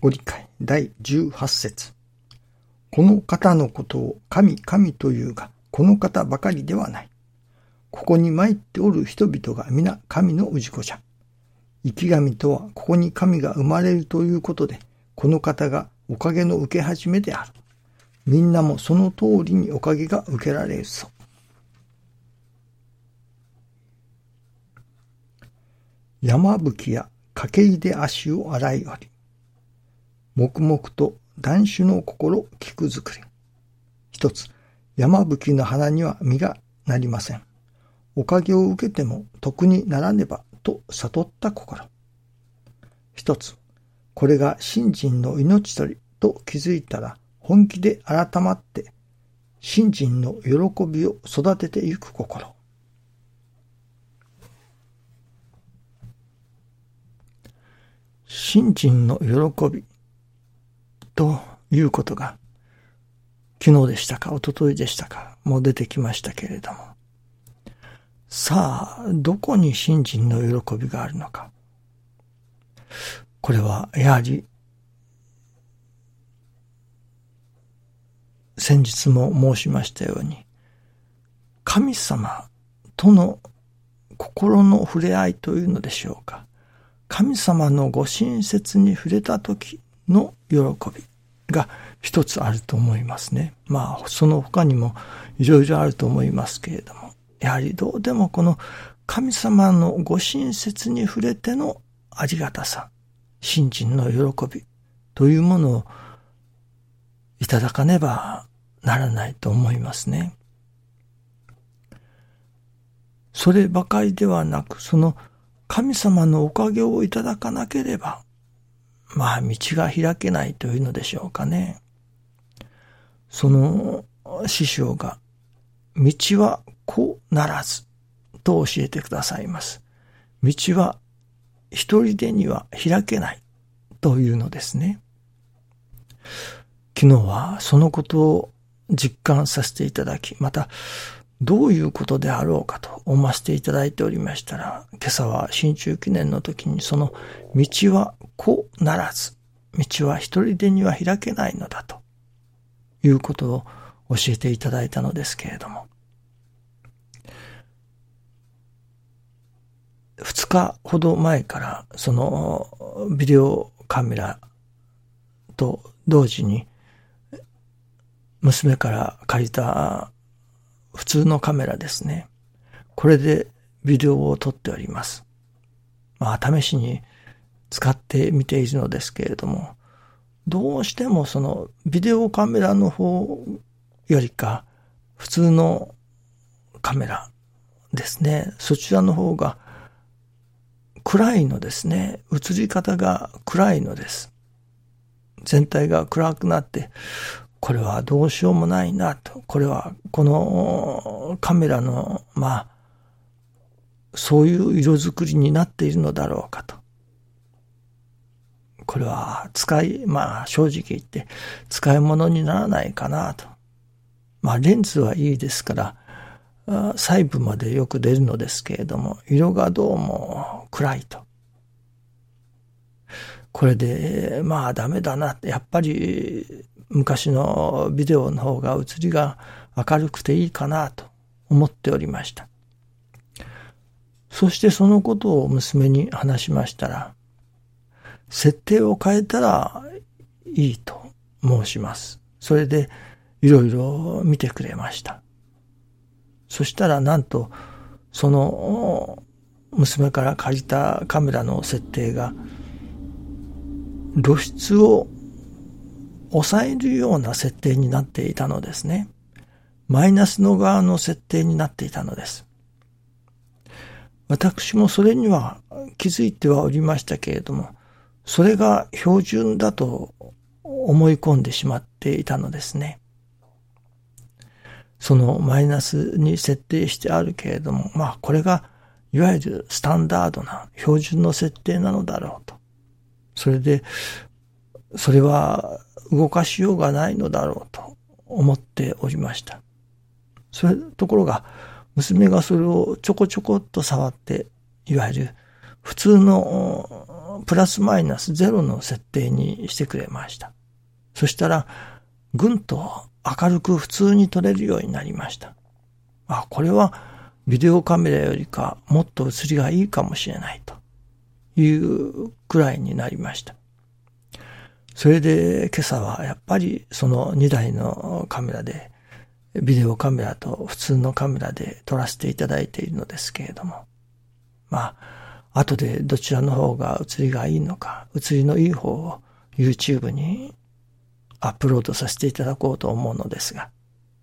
ご理解第18節。この方のことを神神というが、この方ばかりではない。ここに参っておる人々が皆神の氏子じゃ。生き神とはここに神が生まれるということで、この方がおかげの受け始めである。みんなもその通りにおかげが受けられるぞ。山吹や駆けいで足を洗い割り、黙々と断酒の心菊作り。一つ、山吹の花には実がなりません。おかげを受けても得にならねばと悟った心。一つ、これが信心の命取りと気づいたら本気で改まって信心の喜びを育ててゆく心。信心の喜びということが昨日でしたか一昨日でしたかもう出てきましたけれども、さあどこに信心の喜びがあるのか。これはやはり先日も申しましたように、神様との心の触れ合いというのでしょうか。神様のご親切に触れた時の喜びが一つあると思いますね。まあその他にもいろいろあると思いますけれども、やはりどうでもこの神様のご親切に触れてのありがたさ、信心の喜びというものをいただかねばならないと思いますね。そればかりではなく、その神様のおかげをいただかなければ、まあ道が開けないというのでしょうかね。その師匠が、道は子ならずと教えてくださいます。道は一人でには開けないというのですね。昨日はそのことを実感させていただき、またどういうことであろうかと思わせていただいておりましたら、今朝は新中記念の時にその道は子ならず、道は一人でには開けないのだということを教えていただいたのですけれども、2日ほど前からそのビデオカメラと同時に娘から借りた普通のカメラですね。これでビデオを撮っております。まあ試しに使ってみているのですけれども、どうしてもそのビデオカメラの方よりか普通のカメラですね、そちらの方が暗いのですね。映り方が暗いのです。全体が暗くなって、これはどうしようもないなと。これはこのカメラのそういう色作りになっているのだろうかと。これは正直言って使い物にならないかなと。レンズはいいですから細部までよく出るのですけれども、色がどうも暗いと。これでダメだな。やっぱり昔のビデオの方が映りが明るくていいかなと思っておりました。そしてそのことを娘に話しましたら、設定を変えたらいいと申します。それでいろいろ見てくれました。そしたらなんとその娘から借りたカメラの設定が露出を抑えるような設定になっていたのですね。マイナスの側の設定になっていたのです。私もそれには気づいてはおりましたけれども、それが標準だと思い込んでしまっていたのですね。そのマイナスに設定してあるけれども、これがいわゆるスタンダードな標準の設定なのだろうと。それで、それは動かしようがないのだろうと思っておりました。ところが、娘がそれをちょこちょこっと触って、いわゆる普通のプラスマイナスゼロの設定にしてくれました。そしたら、ぐんと明るく普通に撮れるようになりました。これはビデオカメラよりかもっと写りがいいかもしれないというくらいになりました。それで今朝はやっぱりその2台のカメラで、ビデオカメラと普通のカメラで撮らせていただいているのですけれども、後でどちらの方が写りがいいのか、写りのいい方を YouTube にアップロードさせていただこうと思うのですが、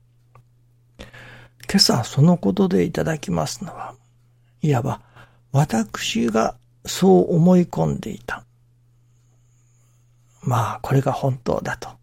今朝そのことでいただきますのは、いわば私がそう思い込んでいた。これが本当だと。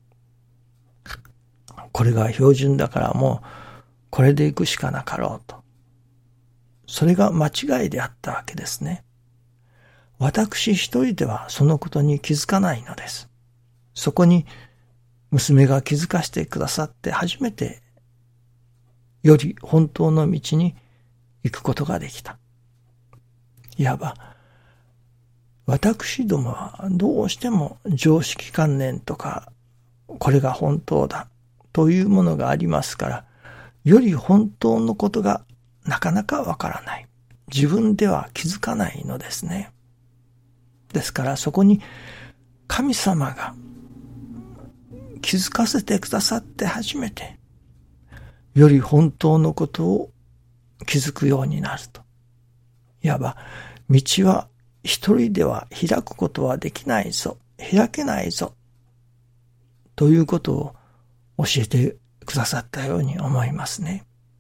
これが標準だからもうこれで行くしかなかろうと。それが間違いであったわけですね。私一人ではそのことに気づかないのです。そこに娘が気づかせてくださって初めてより本当の道に行くことができた。いわば私どもはどうしても常識観念とかこれが本当だというものがありますから、より本当のことがなかなかわからない。自分では気づかないのですね。ですからそこに神様が気づかせてくださって初めて、より本当のことを気づくようになると。いわば道は一人では開くことはできないぞ、開けないぞ、ということを教えてくださったように思いますね。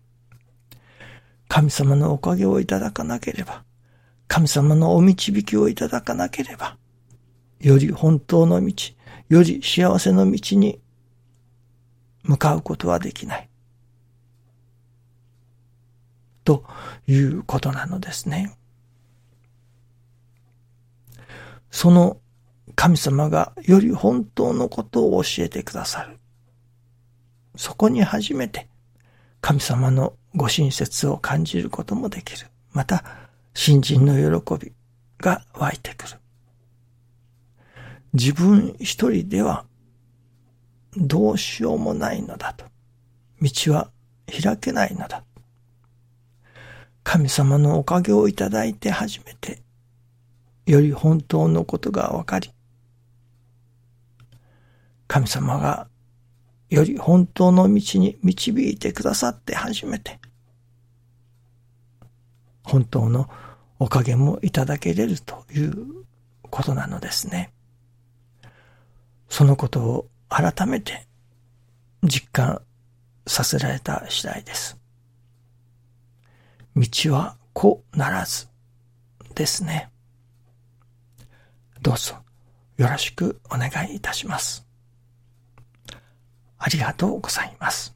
神様のおかげをいただかなければ、神様のお導きをいただかなければ、より本当の道、より幸せの道に向かうことはできない。ということなのですね。その神様がより本当のことを教えてくださる。そこに初めて神様のご親切を感じることもできる。また、信心の喜びが湧いてくる。自分一人ではどうしようもないのだと。道は開けないのだ。神様のおかげをいただいて初めて、より本当のことがわかり、神様がより本当の道に導いてくださって初めて、本当のおかげもいただけれるということなのですね。そのことを改めて実感させられた次第です。道は子ならずですね。どうぞよろしくお願いいたします。ありがとうございます。